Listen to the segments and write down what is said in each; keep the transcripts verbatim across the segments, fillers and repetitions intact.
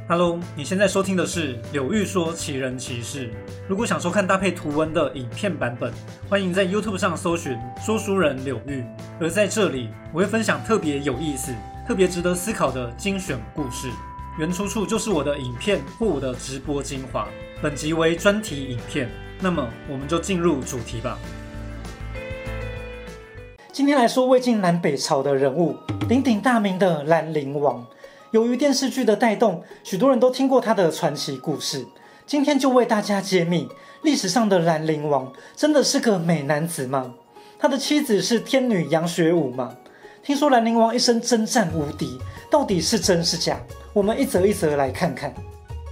Hello， 你现在收听的是柳玉说奇人奇事。如果想收看搭配图文的影片版本，欢迎在 YouTube 上搜寻说书人柳玉。而在这里，我会分享特别有意思、特别值得思考的精选故事，原出处就是我的影片或我的直播精华。本集为专题影片，那么我们就进入主题吧。今天来说魏晋南北朝的人物，鼎鼎大名的兰陵王。由于电视剧的带动，许多人都听过他的传奇故事。今天就为大家揭秘，历史上的兰陵王真的是个美男子吗？他的妻子是天女杨雪舞吗？听说兰陵王一生征战无敌，到底是真是假？我们一则一则来看看。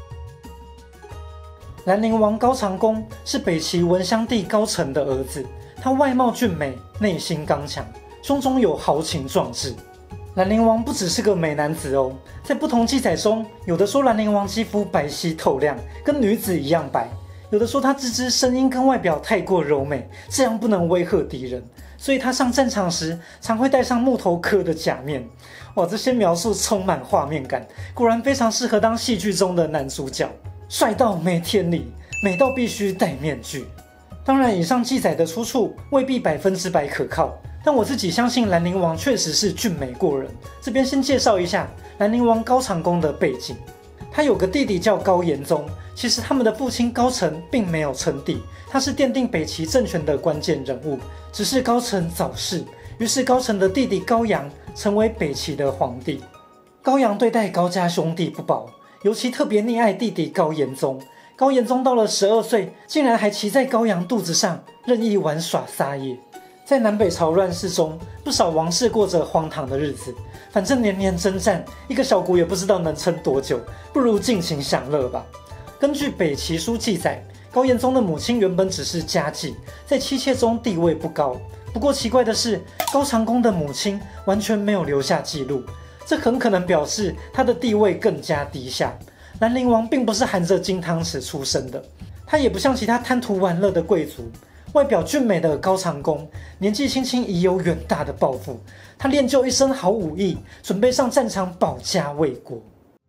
兰陵王高长恭是北齐文襄帝高澄的儿子，他外貌俊美，内心刚强，胸中有豪情壮志。兰陵王不只是个美男子哦，在不同记载中，有的说兰陵王肌肤白皙透亮，跟女子一样白；有的说他自知声音跟外表太过柔美，这样不能威吓敌人，所以他上战场时常会戴上木头刻的假面。哇，这些描述充满画面感，果然非常适合当戏剧中的男主角，帅到没天理，美到必须戴面具。当然，以上记载的出处未必百分之百可靠。但我自己相信兰陵王确实是俊美过人。这边先介绍一下兰陵王高长恭的背景。他有个弟弟叫高延宗，其实他们的父亲高澄并没有称帝，他是奠定北齐政权的关键人物。只是高澄早逝，于是高澄的弟弟高阳成为北齐的皇帝。高阳对待高家兄弟不薄，尤其特别溺爱弟弟高延宗。高延宗到了十二岁，竟然还骑在高阳肚子上任意玩耍撒野。在南北朝乱世中，不少王室过着荒唐的日子。反正年年征战，一个小国也不知道能撑多久，不如尽情享乐吧。根据北齐书记载，高延宗的母亲原本只是家妓，在妻妾中地位不高。不过奇怪的是，高长恭的母亲完全没有留下记录，这很可能表示他的地位更加低下。兰陵王并不是含着金汤匙出生的，他也不像其他贪图玩乐的贵族。外表俊美的高长恭，年纪轻轻已有远大的抱负。他练就一身好武艺，准备上战场保家卫国。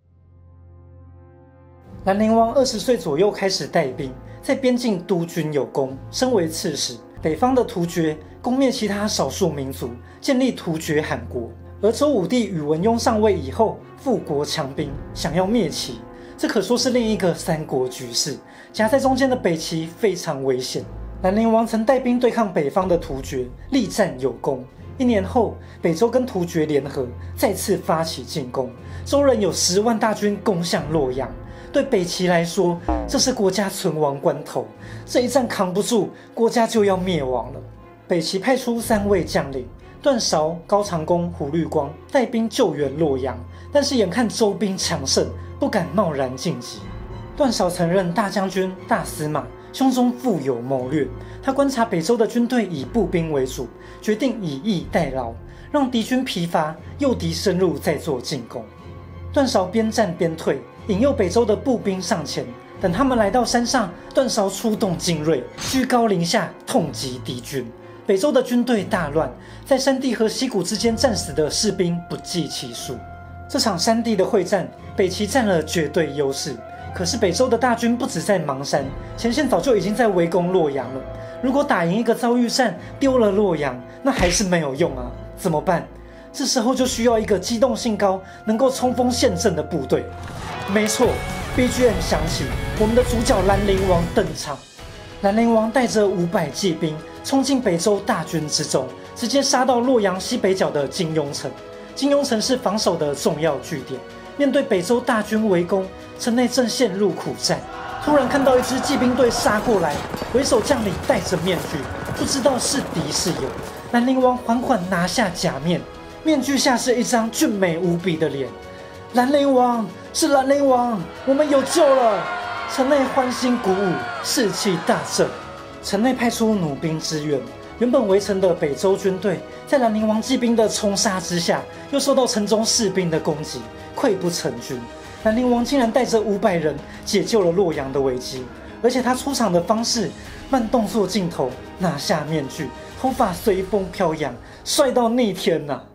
兰陵王二十岁左右开始带兵，在边境督军有功，升为刺史。北方的突厥攻灭其他少数民族，建立突厥汗国。而周武帝宇文邕上位以后，富国强兵，想要灭齐。这可说是另一个三国局势，夹在中间的北齐非常危险。兰陵王曾带兵对抗北方的突厥，力战有功。一年后，北周跟突厥联合，再次发起进攻。周人有十万大军攻向洛阳。对北齐来说，这是国家存亡关头，这一战扛不住，国家就要灭亡了。北齐派出三位将领，段韶、高长恭、胡律光带兵救援洛阳，但是眼看周兵强盛，不敢贸然进击。段韶曾任大将军、大司马，胸中富有谋略。他观察北周的军队以步兵为主，决定以逸待劳，让敌军疲乏，诱敌深入，再做进攻。段韶边战边退，引诱北周的步兵上前。等他们来到山上，段韶出动精锐，居高临下痛击敌军。北周的军队大乱，在山地和溪谷之间战死的士兵不计其数。这场山地的会战，北齐占了绝对优势。可是北周的大军不止在邙山，前线早就已经在围攻洛阳了。如果打赢一个遭遇战，丢了洛阳，那还是没有用啊！怎么办？这时候就需要一个机动性高、能够冲锋陷阵的部队。没错 ，B G M 响起，我们的主角兰陵王登场。兰陵王带着五百骑兵冲进北周大军之中，直接杀到洛阳西北角的金庸城。金庸城是防守的重要据点。面对北周大军围攻，城内正陷入苦战。突然看到一支骑兵队杀过来，为首将领戴着面具，不知道是敌是友。兰陵王缓缓拿下假面，面具下是一张俊美无比的脸。兰陵王，是兰陵王，我们有救了！城内欢欣鼓舞，士气大振。城内派出弩兵支援，原本围城的北周军队，在兰陵王骑兵的冲杀之下，又受到城中士兵的攻击，溃不成军。兰陵王竟然带着五百人解救了洛阳的危机，而且他出场的方式，慢动作镜头，拿下面具，头发随风飘扬，帅到逆天啊！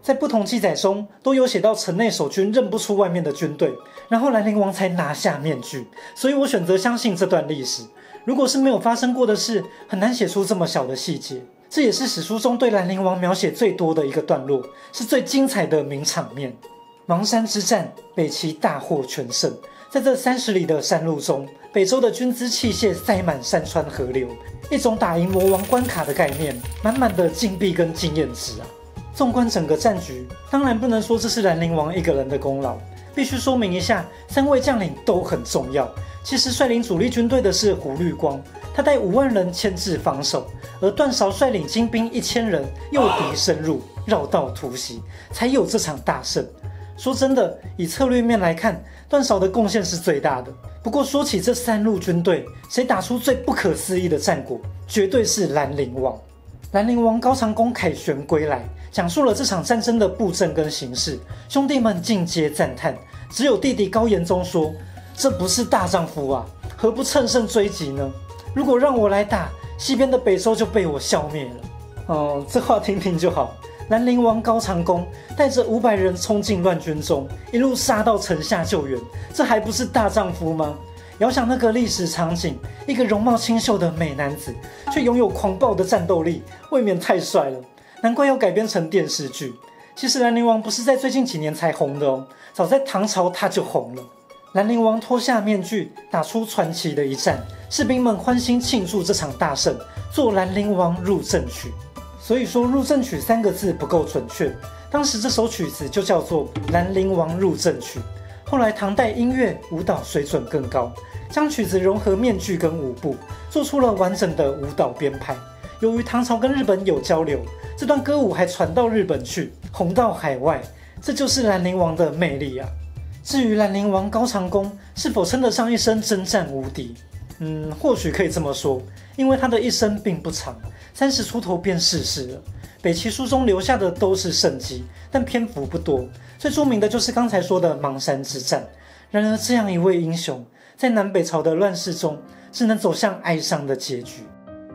在不同记载中都有写到城内守军认不出外面的军队，然后兰陵王才拿下面具，所以我选择相信这段历史。如果是没有发生过的事，很难写出这么小的细节。这也是史书中对兰陵王描写最多的一个段落，是最精彩的名场面。邙山之战，北齐大获全胜。在这三十里的山路中，北周的军资器械塞满山川河流，一种打赢魔王关卡的概念，满满的金币跟经验值啊！纵观整个战局，当然不能说这是兰陵王一个人的功劳，必须说明一下，三位将领都很重要。其实率领主力军队的是胡律光，他带五万人牵制防守，而段韶率领精兵一千人诱敌深入，绕道突袭，才有这场大胜。说真的，以策略面来看，段韶的贡献是最大的。不过说起这三路军队，谁打出最不可思议的战果，绝对是兰陵王。兰陵王高长恭凯旋归来，讲述了这场战争的布阵跟形势，兄弟们尽皆赞叹。只有弟弟高延宗说：“这不是大丈夫啊，何不乘胜追击呢？如果让我来打，西边的北周就被我消灭了。”哦，这话听听就好。兰陵王高长恭带着五百人冲进乱军中，一路杀到城下救援，这还不是大丈夫吗？遥想那个历史场景，一个容貌清秀的美男子，却拥有狂暴的战斗力，未免太帅了。难怪要改编成电视剧。其实兰陵王不是在最近几年才红的哦，早在唐朝他就红了。兰陵王脱下面具，打出传奇的一战，士兵们欢欣庆祝这场大胜，作兰陵王入阵曲。所以说入阵曲三个字不够准确，当时这首曲子就叫做兰陵王入阵曲。后来唐代音乐舞蹈水准更高，将曲子融合面具跟舞步，做出了完整的舞蹈编排。由于唐朝跟日本有交流，这段歌舞还传到日本去，红到海外。这就是兰陵王的魅力啊！至于兰陵王高长恭是否称得上一生征战无敌，嗯，或许可以这么说，因为他的一生并不长，三十出头便逝世了。北齐书中留下的都是胜绩，但篇幅不多。最著名的就是刚才说的邙山之战。然而，这样一位英雄，在南北朝的乱世中，只能走向哀伤的结局。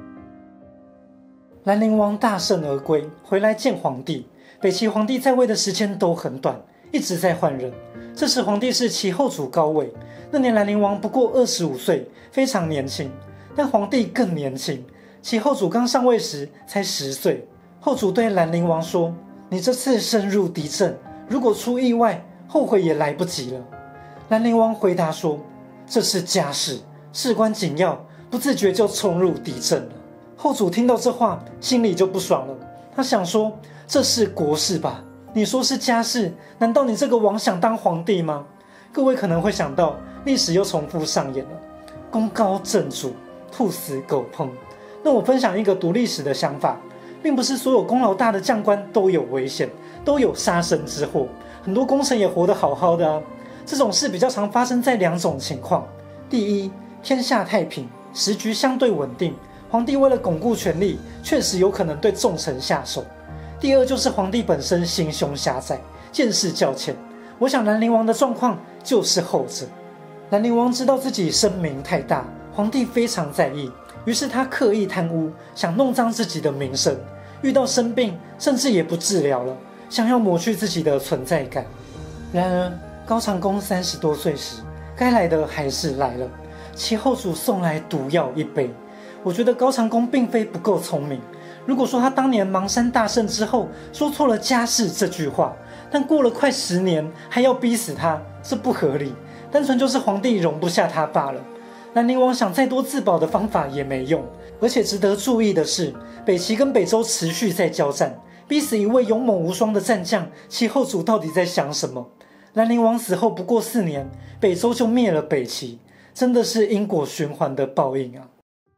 兰陵王大胜而归，回来见皇帝。北齐皇帝在位的时间都很短，一直在换人。这时皇帝是齐后主高纬，那年兰陵王不过二十五岁，非常年轻。但皇帝更年轻，齐后主刚上位时才十岁。后主对兰陵王说：“你这次深入敌阵，如果出意外，后悔也来不及了。”兰陵王回答说：“这是家事，事关紧要，不自觉就冲入敌阵了。”后主听到这话，心里就不爽了。他想说：“这是国事吧？你说是家事，难道你这个王想当皇帝吗？”各位可能会想到，历史又重复上演了，功高震主，兔死狗烹。那我分享一个读历史的想法，并不是所有功劳大的将官都有危险，都有杀身之祸，很多功臣也活得好好的啊。这种事比较常发生在两种情况：第一，天下太平，时局相对稳定，皇帝为了巩固权力，确实有可能对重臣下手；第二，就是皇帝本身心胸狭窄，见识较浅。我想兰陵王的状况就是后者。兰陵王知道自己声名太大，皇帝非常在意，于是他刻意贪污，想弄脏自己的名声。遇到生病，甚至也不治疗了，想要抹去自己的存在感。然而高长恭三十多岁时，该来的还是来了。齐后主送来毒药一杯。我觉得高长恭并非不够聪明。如果说他当年邙山大胜之后说错了家事这句话，但过了快十年还要逼死他，这不合理，单纯就是皇帝容不下他罢了。兰陵王想再多自保的方法也没用。而且值得注意的是，北齐跟北周持续在交战，逼死一位勇猛无双的战将，齐后主到底在想什么？兰陵王死后不过四年，北周就灭了北齐，真的是因果循环的报应啊！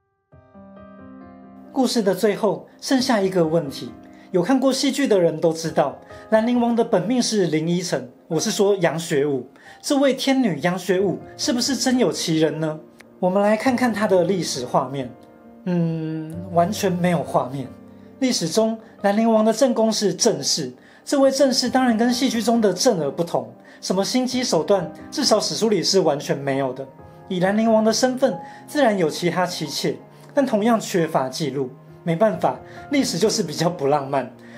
故事的最后剩下一个问题，有看过戏剧的人都知道，兰陵王的本命是林依晨，我是说杨学武。这位天女杨学武是不是真有其人呢？我们来看看她的历史画面。嗯，完全没有画面。历史中兰陵王的正宫是正室，这位正室当然跟戏剧中的正儿不同，什么心机手段，至少史书里是完全没有的。以兰陵王的身份，自然有其他妻妾，但同样缺乏记录。没办法，历史就是比较不浪漫。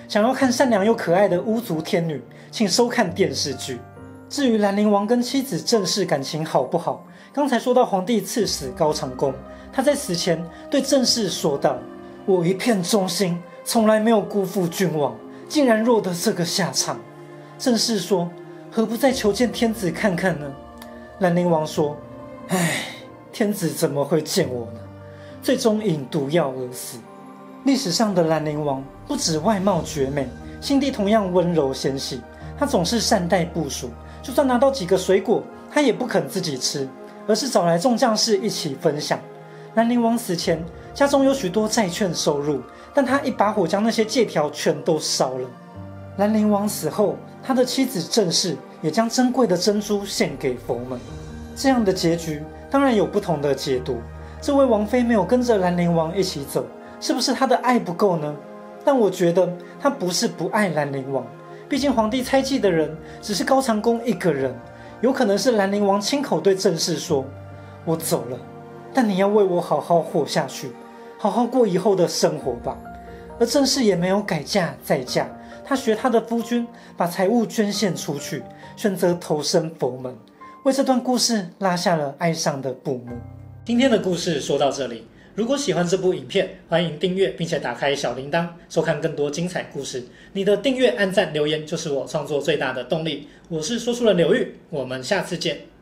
想要看善良又可爱的巫族天女，请收看电视剧。至于兰陵王跟妻子郑氏感情好不好，刚才说到皇帝赐死高长恭，他在死前对郑氏说道：我一片忠心，从来没有辜负君王，竟然落得这个下场。郑氏说：何不再求见天子看看呢？兰陵王说：唉，天子怎么会见我呢？最终饮毒药而死。历史上的兰陵王不止外貌绝美，心地同样温柔纤细。他总是善待部属，就算拿到几个水果，他也不肯自己吃，而是找来众将士一起分享。兰陵王死前，家中有许多债券收入，但他一把火将那些借条全都烧了。兰陵王死后，他的妻子郑氏也将珍贵的珍珠献给佛门。这样的结局当然有不同的解读。这位王妃没有跟着兰陵王一起走，是不是她的爱不够呢？但我觉得她不是不爱兰陵王，毕竟皇帝猜忌的人只是高长恭一个人，有可能是兰陵王亲口对郑氏说：我走了，但你要为我好好活下去，好好过以后的生活吧。而郑氏也没有改嫁再嫁，她学她的夫君，把财物捐献出去，选择投身佛门，为这段故事拉下了哀伤的布幕。今天的故事说到这里，如果喜欢这部影片，欢迎订阅并且打开小铃铛，收看更多精彩故事。你的订阅、按赞、留言就是我创作最大的动力。我是说书人刘玉，我们下次见。